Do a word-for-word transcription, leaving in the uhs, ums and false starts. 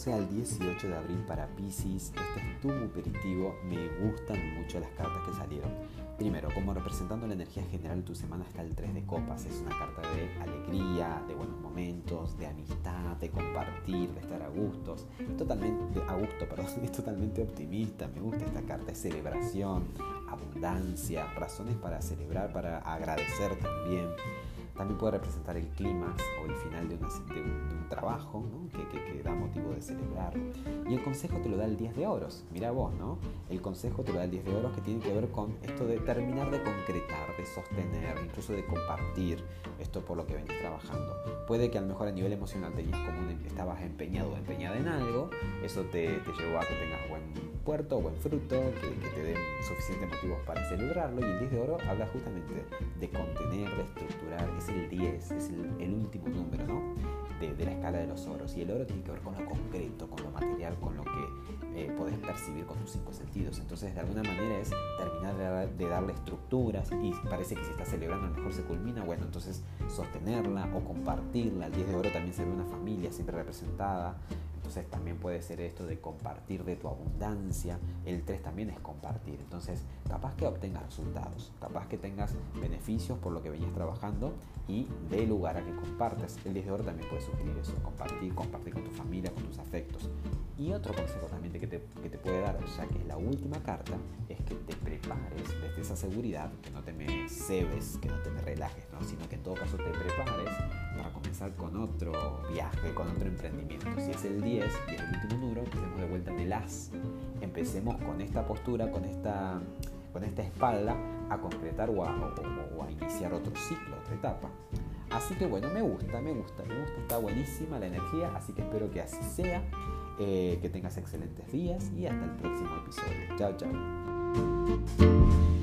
doce al dieciocho de abril para Piscis. Este es tu aperitivo. Me gustan mucho las cartas que salieron. Primero, como representando la energía general de tu semana está el tres de copas. Es una carta de alegría, de buenos momentos, de amistad, de compartir, de estar a gustos. Totalmente, a gusto, perdón, es totalmente optimista. Me gusta esta carta. Es celebración, abundancia, razones para celebrar, para agradecer también. También puede representar el clímax o el final de, una, de, un, de un trabajo, ¿no? que, que, que da motivo de celebrar. Y el consejo te lo da el diez de oros. Mira vos, ¿no? El consejo te lo da el diez de oros, que tiene que ver con esto de terminar de concretar, de sostener, incluso de compartir esto por lo que venís trabajando. Puede que a lo mejor a nivel emocional tenías como un, estabas empeñado o empeñada en algo. Eso te, te llevó a que tengas buen puerto, buen fruto, que, que te den suficientes motivos para celebrarlo. Y el diez de oro habla justamente de contener, de estructurar. Es el diez, es el, el último número, ¿no? de, de la escala de los oros. Y el oro tiene que ver con lo concreto, con lo material, con lo que eh, podés percibir con tus cinco sentidos. Entonces, de alguna manera es terminar de, de darle estructuras, y parece que si está celebrando a lo mejor se culmina. Bueno, entonces sostenerla o compartirla. El diez de oro también se ve una familia siempre representada. Entonces también puede ser esto de compartir de tu abundancia. El tres también es compartir. Entonces capaz que obtengas resultados, capaz que tengas beneficios por lo que venías trabajando y dé lugar a que compartas. El diez de oro también puede sugerir eso, compartir, compartir con tu familia, con tus afectos. Y otro consejo también que te, que te puede dar, ya que es la última carta, es que te prepares desde esa seguridad, que no te me cebes, que no te me relajes, ¿no? Sino que en todo caso te prepares para comenzar con otro viaje, con otro emprendimiento. Si es el diez y es el último número, empecemos de vuelta en el as. Empecemos con esta postura, con esta, con esta espalda, a concretar o a, o, o a iniciar otro ciclo, otra etapa. Así que bueno, me gusta, me gusta, me gusta, está buenísima la energía, así que espero que así sea, eh, que tengas excelentes días y hasta el próximo episodio. Chao, chao.